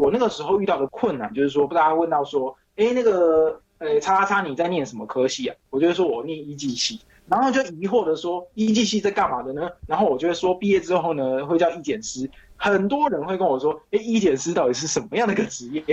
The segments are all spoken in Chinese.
我那个时候遇到的困难就是说，大家问到说，那个叉叉你在念什么科系啊？我就会说我念医技系，然后就疑惑的说医技系在干嘛的呢？然后我就会说毕业之后呢会叫医检师，很多人会跟我说，医检师到底是什么样的一个职业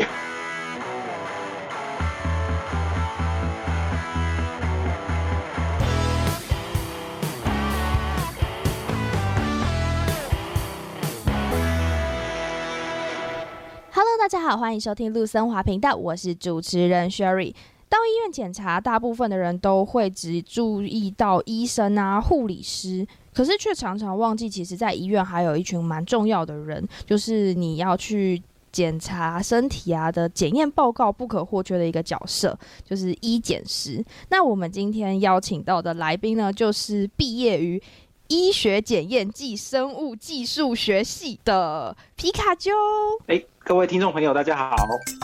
？Hello， 大家好，欢迎收听陆森华频道，我是主持人 Sherry。到医院检查，大部分的人都会只注意到医生啊、护理师，可是却常常忘记，其实在医院还有一群蛮重要的人，就是你要去检查身体啊的检验报告不可或缺的一个角色，就是医检师。那我们今天邀请到的来宾呢，就是毕业于医学检验暨生物技术学系的皮卡丘。 各位听众朋友大家好。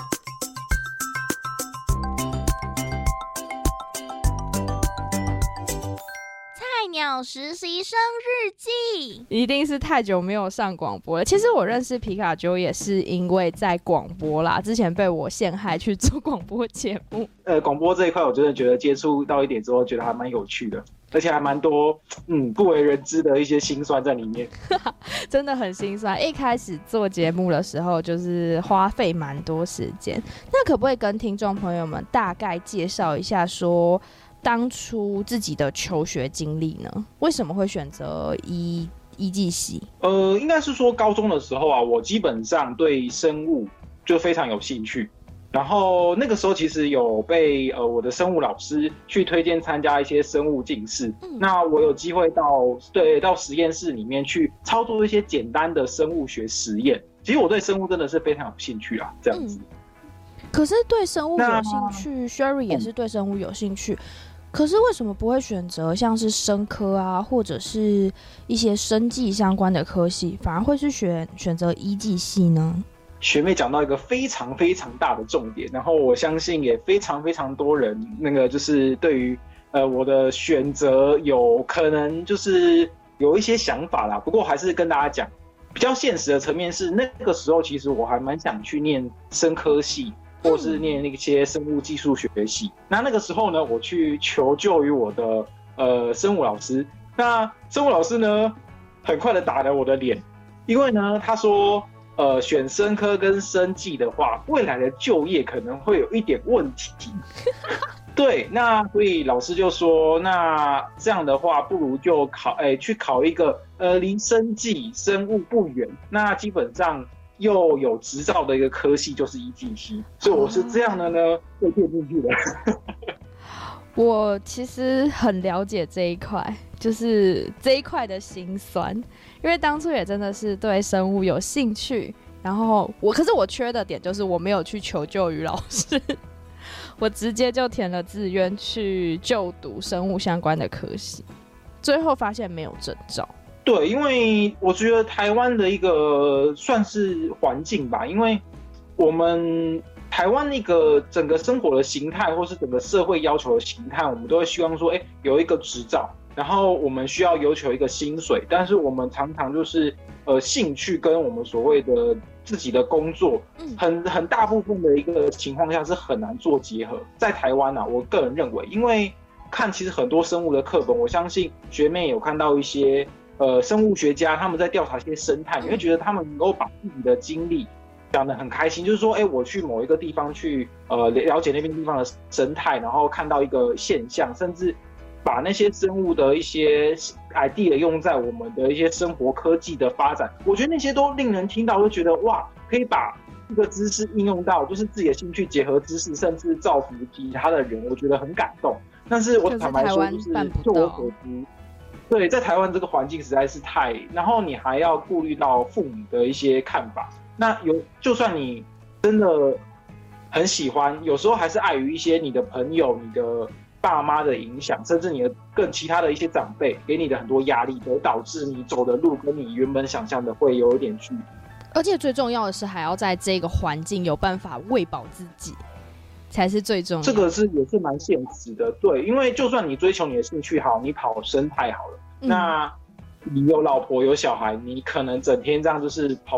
菜鸟实习生日记，一定是太久没有上广播了。其实我认识皮卡丘也是因为在广播啦，之前被我陷害去做广播节目。 广播这一块我真的觉得接触到一点之后觉得还蛮有趣的，而且还蛮多不为人知的一些辛酸在里面。 真的很辛酸，一开始做节目的时候就是花费蛮多时间。那可不可以跟听众朋友们大概介绍一下说当初自己的求学经历呢？为什么会选择医技系？ 应该是说高中的时候啊，我基本上对生物就非常有兴趣。然后那个时候其实有被我的生物老师去推荐参加一些生物竞试，那我有机会到实验室里面去操作一些简单的生物学实验。其实我对生物真的是非常有兴趣啊，这样子。 可是对生物有兴趣 ，Sherry 也是对生物有兴趣。可是为什么不会选择像是生科啊，或者是一些生技相关的科系，反而会是选择医技系呢？ 学妹讲到一个非常非常大的重点，然后我相信也非常非常多人就是对于我的选择有可能就是有一些想法啦。不过还是跟大家讲，比较现实的层面是，那个时候其实我还蛮想去念生科系，或是念那些生物技术学系。那个时候呢，我去求救于我的生物老师。那生物老师呢，很快的打了我的脸，因为呢，他说选生科跟生技的话，未来的就业可能会有一点问题。对，那所以老师就说，那这样的话，不如就去考一个离生技生物不远，那基本上又有执照的一个科系，就是医技系。所以我是这样的呢，被骗进去的。 我其实很了解这一块，就是这一块的辛酸，因为当初也真的是对生物有兴趣，然后可是我缺的点就是我没有去求救于老师，我直接就填了志愿去就读生物相关的科系，最后发现没有证照。 对，因为我觉得台湾的一个算是环境吧，因为我们台湾那个整个生活的形态，或是整个社会要求的形态，我们都会希望说，有一个执照，然后我们需要要求一个薪水，但是我们常常就是兴趣跟我们所谓的自己的工作，很大部分的一个情况下是很难做结合。在台湾啊，我个人认为，因为看其实很多生物的课本，我相信学妹有看到一些生物学家他们在调查一些生态，你会觉得他们能够把自己的经历讲得很开心，就是说，我去某一个地方去了解那边地方的生态，然后看到一个现象，甚至把那些生物的一些 idea 用在我们的一些生活科技的发展，我觉得那些都令人听到就觉得哇，可以把这个知识应用到就是自己的兴趣结合知识，甚至造福其他的人，我觉得很感动。但是我坦白说，就是就我所知，对，在台湾这个环境实在是太，然后你还要顾虑到父母的一些看法。那就算你真的很喜欢，有时候还是碍于一些你的朋友、你的爸妈的影响，甚至你的更其他的一些长辈给你的很多压力，而导致你走的路跟你原本想象的会有一点距离。 而且最重要的是，还要在这个环境有办法喂饱自己，才是最重要的。 这个也是蛮现实的，对，因为就算你追求你的兴趣好，你跑生态好了，那你有老婆有小孩，你可能整天这样就是跑出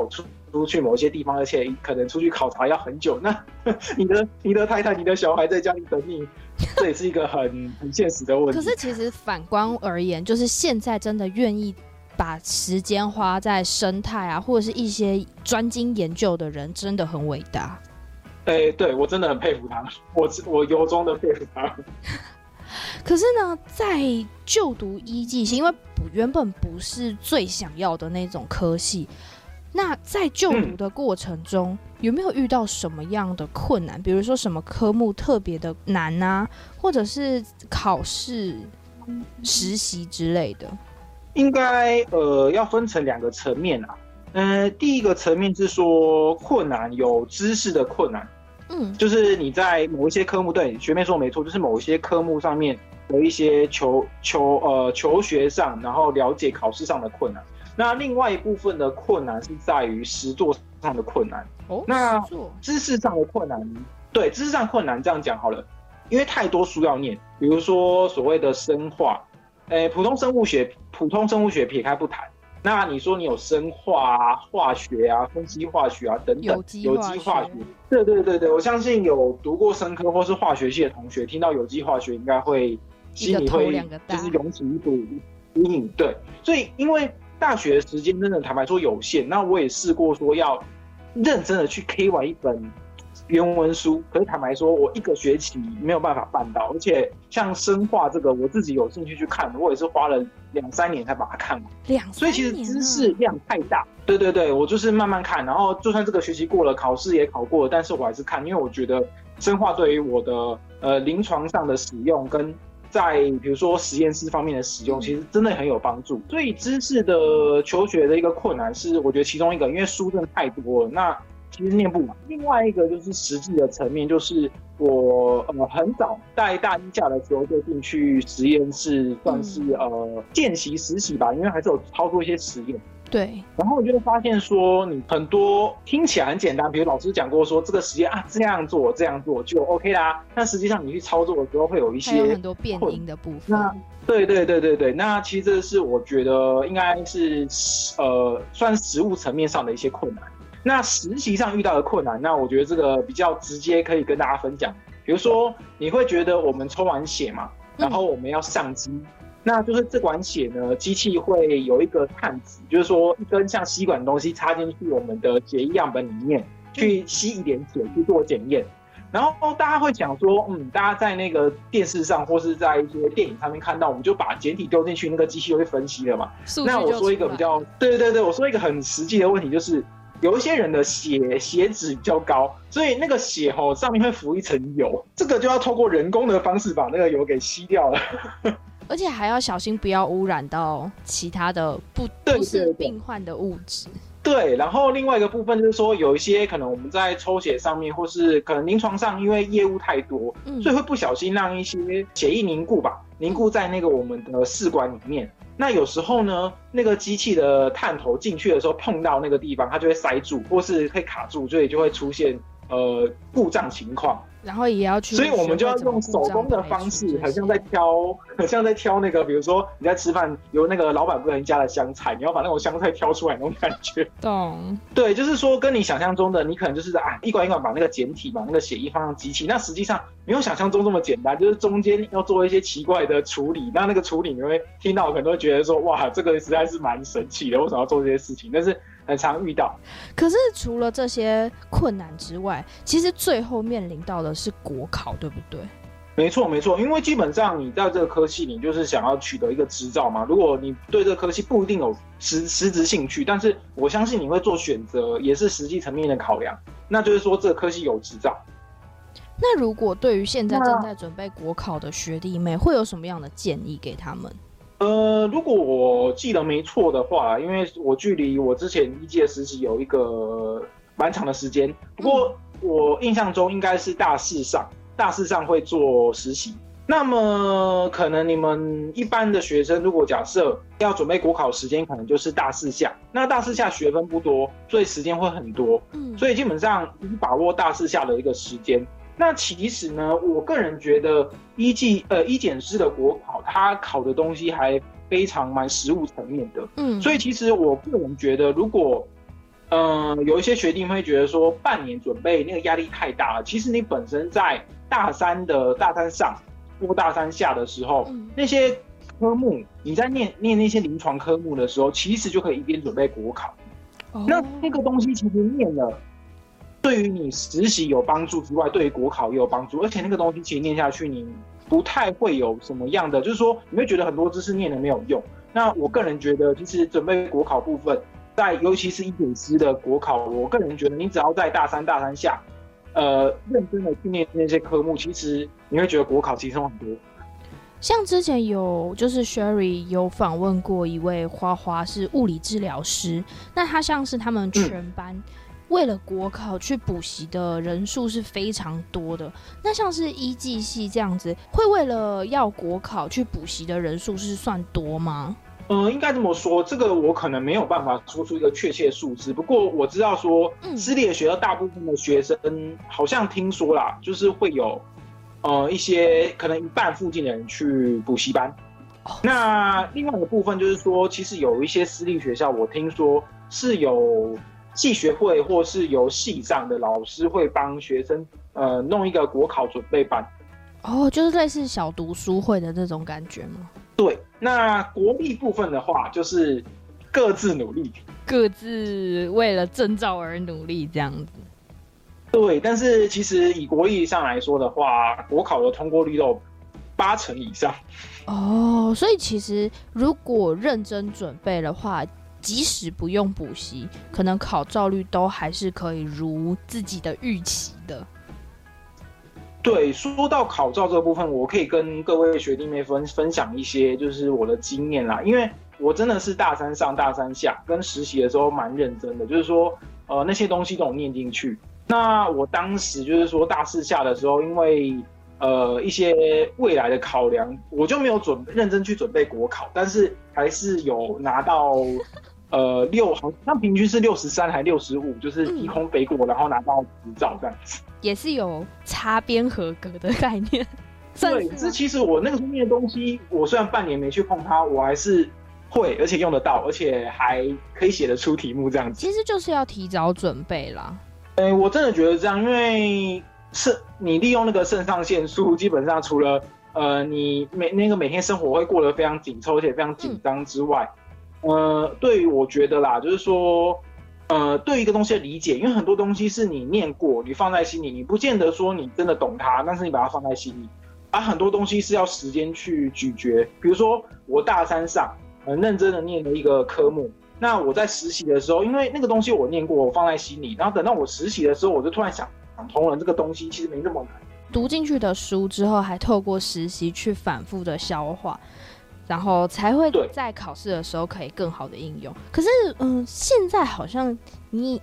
出去某些地方，而且可能出去考察要很久，那你的太太、你的小孩在家里等你，这也是一个很现实的问题。 可是其实反观而言，就是现在真的愿意把时间花在生态啊，或者是一些专精研究的人，真的很伟大。 对，我真的很佩服他，我由衷的佩服他。 可是呢，在就读医技系，因为原本不是最想要的那种科系，那在就读的过程中，有没有遇到什么样的困难？比如说什么科目特别的难啊，或者是考试、实习之类的？ 应该要分成2个层面啊。第一个层面是说困难，有知识的困难。就是你在某一些科目，对学妹说没错，就是某一些科目上面有一些求学上，然后了解考试上的困难。那另外一部分的困难是在于实作上的困难。那知识上的困难，对知识上困难这样讲好了，因为太多书要念，比如说所谓的生化，普通生物学撇开不谈。那你说你有生化啊、化学啊、分析化学啊等等，有机化学，对，我相信有读过生科或是化学系的同学，听到有机化学应该会心里会就是涌起一股阴影。对，所以因为大学的时间真的坦白说有限，那我也试过说要认真的去 K 完一本原文书，可是坦白说，我1个学期没有办法办到，而且像生化这个，我自己有兴趣去看，我也是花了2-3年才把它看完。所以其实知识量太大。对，我就是慢慢看，然后就算这个学期过了，考试也考过了，但是我还是看，因为我觉得生化对于我的临床上的使用跟在比如说实验室方面的使用，其实真的很有帮助。所以知识的求学的一个困难是，我觉得其中一个，因为书真的太多了，那其实念不完。另外一个就是实际的层面，就是我很早在大一下的时候就进去实验室，算是见习实习吧，因为还是有操作一些实验。 对， 然后我就会发现说，你很多听起来很简单，比如老师讲过说这个实验啊这样做就 OK 啦，但实际上你去操作的时候会有一些还有很多变因的部分。 对，那其实这是我觉得应该是算实务层面上的一些困难。那实习上遇到的困难，那我觉得这个比较直接可以跟大家分享。比如说你会觉得我们抽完血嘛，然后我们要上机，那就是这管血呢，机器会有一个探子，就是说一根像吸管的东西插进去我们的血液样本里面，去吸一点血去做检验。然后大家会讲说，大家在那个电视上或是在一些电影上面看到，我们就把检体丢进去，那个机器就会分析了嘛。那我说一个比较，对，我说一个很实际的问题，就是有一些人的血脂比较高，所以那个血上面会浮一层油，这个就要透过人工的方式把那个油给吸掉了。 而且还要小心不要污染到其他的不是病患的物质。 对，然后另外一个部分就是说，有一些可能我们在抽血上面，或是可能临床上，因为业务太多，所以会不小心让一些血液凝固在那个我们的试管里面。那有时候呢，那个机器的探头进去的时候碰到那个地方，它就会塞住，或是会卡住，所以就会出现故障情况。 然后也要去， 所以我们就要用手工的方式，很像在挑那个，比如说你在吃饭，有那个老板不小心加了香菜，你要把那种香菜挑出来那种感觉。 懂？ 对，就是说跟你想象中的，你可能就是一管一管把那个简体把那个血液放上机器，那实际上没有想象中这么简单，就是中间要做一些奇怪的处理。那个处理你会听到，可能会觉得说，哇，这个实在是蛮神奇的，为什么要做这些事情？但是很常遇到。 可是除了这些困难之外，其实最后面临到的是国考，对不对？ 没错，因为基本上你在这个科系，你就是想要取得一个执照嘛。如果你对这个科系不一定有实质兴趣，但是我相信你会做选择，也是实际层面的考量。那就是说，这个科系有执照。 那如果对于现在正在准备国考的学弟妹，会有什么样的建议给他们？ 如果我记得没错的话，因为我距离我之前一届实习有一个蛮长的时间，不过我印象中应该是大四上会做实习。那么可能你们一般的学生，如果假设要准备国考时间，可能就是大四下。那大四下学分不多，所以时间会很多。所以基本上你把握大四下的一个时间。那其实呢，我个人觉得医检师的国考，它考的东西还非常蛮实务层面的。所以其实我个人觉得，如果有一些学弟会觉得说半年准备那个压力太大了。其实你本身在大三上或大三下的时候，那些科目你在念那些临床科目的时候，其实就可以一边准备国考。那个东西其实念了，对于你实习有帮助之外，对于国考也有帮助。而且那个东西其实念下去，你不太会有什么样的，就是说你会觉得很多知识念了没有用。那我个人觉得，其实准备国考部分，尤其是医检师的国考，我个人觉得你只要在大三下，认真的去念那些科目，其实你会觉得国考轻松很多。 像之前就是 Sherry 有访问过一位花花是物理治疗师，那他像是他们全班为了国考去补习的人数是非常多的。那像是医技系这样子，会为了要国考去补习的人数是算多吗？ 应该这么说，这个我可能没有办法说出一个确切数字。不过我知道说，私立的学校大部分的学生，好像听说啦，就是会有一些可能一半附近的人去补习班。那另外一个部分就是说，其实有一些私立学校，我听说是有系学会或是由系上的老师会帮学生弄一个国考准备班。 就是类似小读书会的这种感觉吗？ 对，那国立部分的话，就是各自努力， 各自为了证照而努力这样子。 对，但是其实以国立上来说的话，国考的通过率都80%以上。 所以其实如果认真准备的话，即使不用补习，可能考照率都还是可以如自己的预期的。 对，说到考照这部分，我可以跟各位学弟妹分享一些就是我的经验啦，因为我真的是大三上大三下跟实习的时候蛮认真的，就是说那些东西都有念进去。那我当时就是说大四下的时候，因为一些未来的考量，我就没有认真去准备国考，但是还是有拿到好像平均是63还65，就是低空飞过，然后拿到执照这样子。 也是有擦边合格的概念。 对，这其实我那个念的东西，我虽然半年没去碰它，我还是会，而且用得到，而且还可以写得出题目这样子。 其实就是要提早准备啦。 我真的觉得这样，因为你利用那个肾上腺素，基本上除了你每天生活会过得非常紧凑，而且非常紧张之外，对于我觉得啦，就是说。对于一个东西的理解，因为很多东西是你念过，你放在心里，你不见得说你真的懂它，但是你把它放在心里。很多东西是要时间去咀嚼。比如说我大三上很认真的念了一个科目，那我在实习的时候，因为那个东西我念过，我放在心里，然后等到我实习的时候，我就突然想通了，这个东西其实没那么难。 读进去的书之后，还透过实习去反复的消化。然后才会在考试的时候可以更好的应用。可是，现在好像你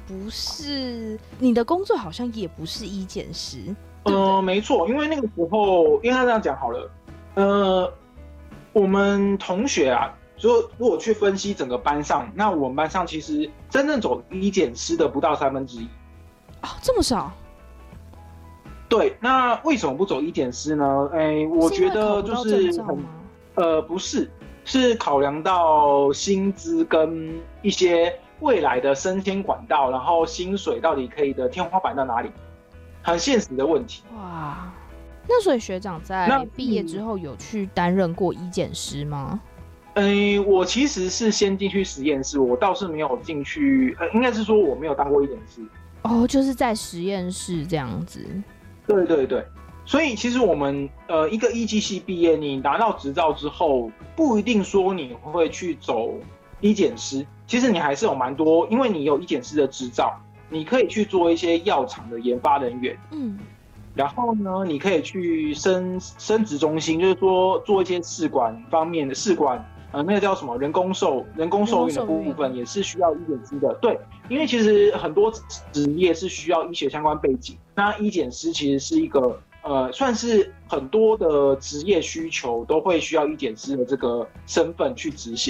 的工作好像也不是医检师。 没错，因为那个时候，应该这样讲好了。我们同学啊，就如果去分析整个班上，那我们班上其实真正走医检师的不到1/3。 这么少？ 对，那为什么不走医检师呢？我觉得就是不是，是考量到薪资跟一些未来的升迁管道，然后薪水到底可以的天花板到哪里，很现实的问题。 哇，那所以学长在毕业之后有去担任过医检师吗？ 我其实是先进去实验室，我倒是没有进去，应该是说我没有当过医检师。 就是在实验室这样子。 对对对。所以其实我们一个医技系毕业，你拿到执照之后，不一定说你会去走医检师。其实你还是有蛮多，因为你有医检师的执照，你可以去做一些药厂的研发人员。然后呢，你可以去生殖中心，就是说做一些试管方面的试管，那个叫什么人工受孕的部分也是需要医检师的。对，因为其实很多职业是需要医学相关背景，那医检师其实是一个。算是很多的职业需求都会需要医检师的这个身份去执行。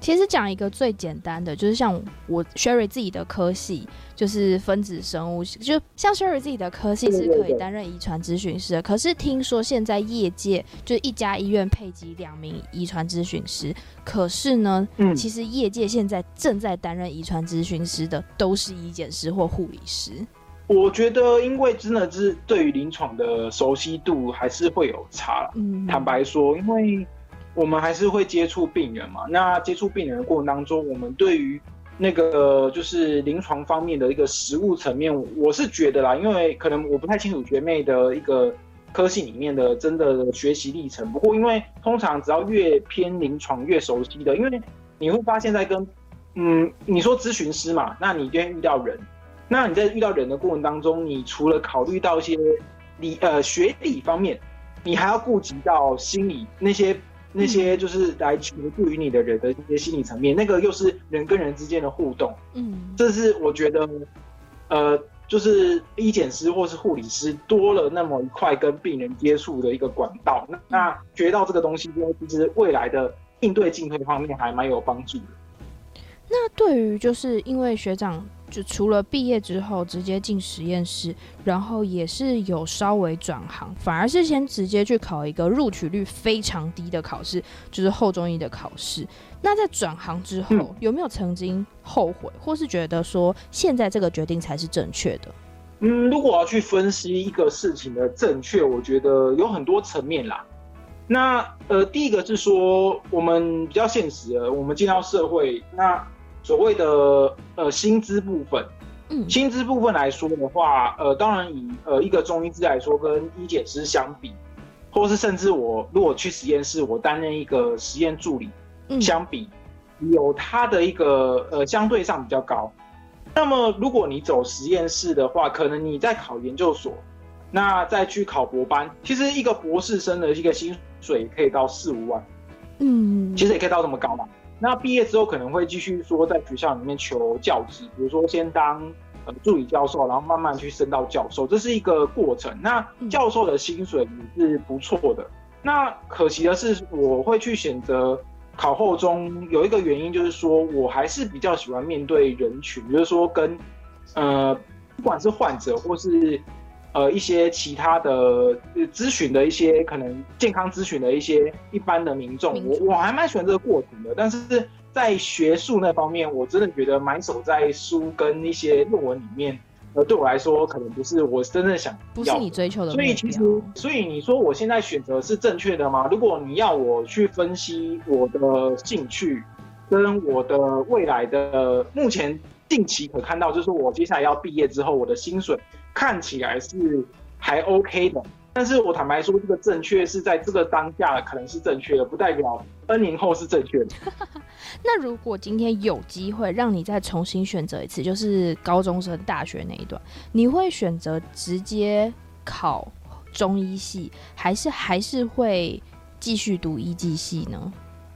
其实讲一个最简单的，就是像我 Sherry 自己的科系就是分子生物，就像 Sherry 自己的科系是可以担任遗传咨询师的。可是听说现在业界就是一家医院配给2名遗传咨询师，可是呢，其实业界现在正在担任遗传咨询师的都是医检师或护理师。 我觉得，因为真的是对于临床的熟悉度还是会有差啦。坦白说，因为我们还是会接触病人嘛。那接触病人的过程当中，我们对于那个就是临床方面的一个实务层面，我是觉得啦，因为可能我不太清楚学妹的一个科系里面的真的学习历程。不过，因为通常只要越偏临床越熟悉的，因为你会发现在跟你说咨询师嘛，那你就会遇到人。那你在遇到人的过程当中，你除了考虑到一些学理方面，你还要顾及到心理那些就是来求助于你的人的一些心理层面，那个又是人跟人之间的互动。这是我觉得就是医检师或是护理师多了那么一块跟病人接触的一个管道。那学到这个东西之后，其实未来的应对进退方面还蛮有帮助的。 那对于就是因为学长就除了毕业之后直接进实验室，然后也是有稍微转行，反而是先直接去考一个录取率非常低的考试，就是后中医的考试。那在转行之后，有没有曾经后悔，或是觉得说现在这个决定才是正确的？ 如果我要去分析一个事情的正确，我觉得有很多层面啦。那第一个是说我们比较现实的，我们进到社会，那所谓的薪资部分，薪资部分来说的话，当然以一个中医师来说，跟医检师相比，或是甚至我如果去实验室，我担任一个实验助理，相比有它的一个相对上比较高。那么如果你走实验室的话，可能你在考研究所，那再去考博班，其实一个博士生的一个薪水也可以到4-5万，其实也可以到这么高嘛。那毕业之后可能会继续说在学校里面求教职，比如说先当助理教授，然后慢慢去升到教授，这是一个过程。那教授的薪水也是不错的。那可惜的是，我会去选择考后中，有一个原因就是说我还是比较喜欢面对人群，就是说跟不管是患者或是一些其他的咨询的一些可能健康咨询的一些一般的民众，我还蛮喜欢这个过程的。但是在学术那方面，我真的觉得埋首在书跟一些论文里面，对我来说可能不是我真正想要的， 不是你追求的目标。 所以你说我现在选择是正确的吗？如果你要我去分析我的兴趣跟我的未来的目前近期可看到，就是我接下来要毕业之后，我的薪水看起来是还 OK 的，但是我坦白说，这个正确是在这个当下可能是正确的，不代表N年后是正确的。 那如果今天有机会让你再重新选择一次，就是高中生大学那一段，你会选择直接考中医系，还是会继续读医技系呢？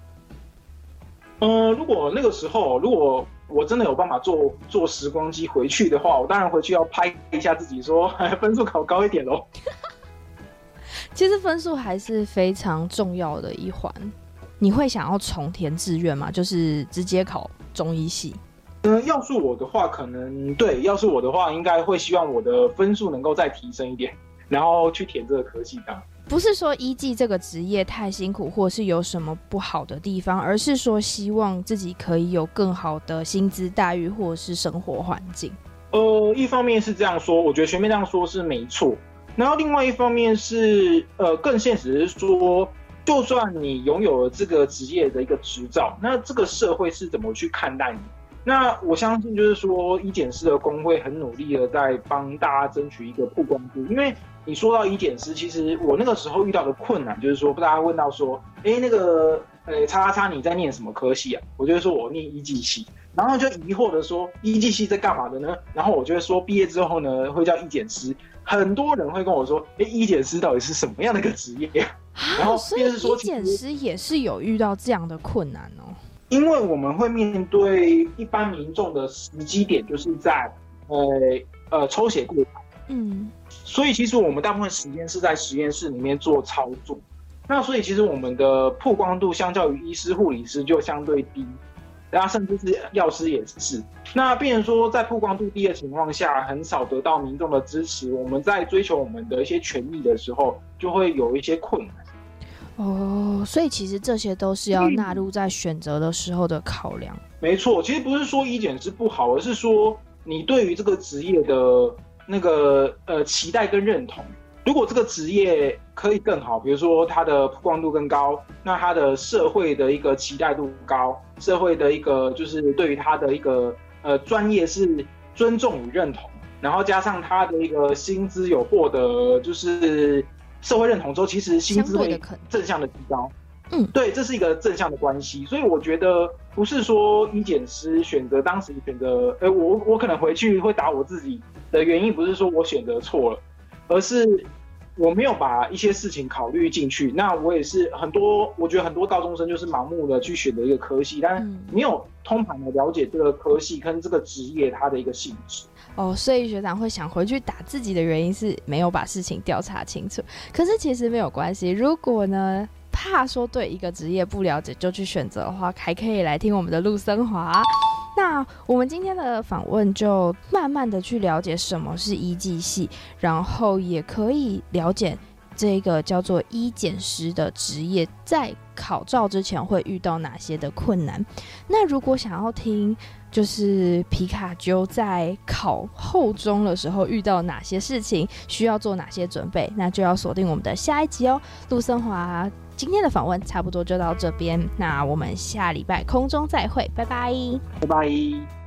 如果那个时候，如果我真的有办法坐时光机回去的话，我当然回去要拍一下自己说分数考高一点咯。 其实分数还是非常重要的一环。你会想要重填志愿吗？就是直接考中医系？ 要是我的话，可能对，要是我的话，应该会希望我的分数能够再提升一点，然后去填这个科系当。 不是说医技这个职业太辛苦，或是有什么不好的地方，而是说希望自己可以有更好的薪资待遇或者是生活环境。 一方面是这样说，我觉得学妹这样说是没错。然后另外一方面是更现实是说，就算你拥有了这个职业的一个执照，那这个社会是怎么去看待你？那我相信就是说，医检师的工会很努力的在帮大家争取一个曝光度。因为你说到医检师，其实我那个时候遇到的困难就是说，大家问到说，那个叉叉你在念什么科系啊？我就会说我念医技系，然后就疑惑的说医技系在干嘛的呢？然后我就会说毕业之后呢会叫医检师。很多人会跟我说，医检师到底是什么样的一个职业？然后所以医检师也是有遇到这样的困难哦。 因为我们会面对一般民众的时机点，就是在抽血过程。所以其实我们大部分时间是在实验室里面做操作。那所以其实我们的曝光度相较于医师、护理师就相对低。 然后甚至是药师也是。那变成说，在曝光度低的情况下，很少得到民众的支持，我们在追求我们的一些权益的时候，就会有一些困难。 哦，所以其实这些都是要纳入在选择的时候的考量。 没错，其实不是说医检师不好，而是说你对于这个职业的那个期待跟认同。如果这个职业可以更好，比如说它的曝光度更高，那它的社会的一个期待度高，社会的一个就是对于它的一个专业是尊重与认同，然后加上它的一个薪资有获得就是社会认同之后，其实薪资会正向的提高。对，这是一个正向的关系。所以我觉得不是说医检师当时选择，我可能回去会打我自己的原因，不是说我选择错了，而是我没有把一些事情考虑进去。那我也是我觉得很多高中生就是盲目的去选择一个科系，但没有通盘的了解这个科系跟这个职业它的一个性质。 所以学长会想回去打自己的原因是没有把事情调查清楚。可是其实没有关系，如果呢怕说对一个职业不了解就去选择的话，还可以来听我们的陆森华。那我们今天的访问就慢慢的去了解什么是医技系，然后也可以了解这个叫做医检师的职业在考照之前会遇到哪些的困难。那如果想要听就是皮卡丘在考后中的时候遇到哪些事情，需要做哪些准备，那就要锁定我们的下一集哦。陆森华今天的访问差不多就到这边，那我们下礼拜空中再会，拜拜， 拜拜。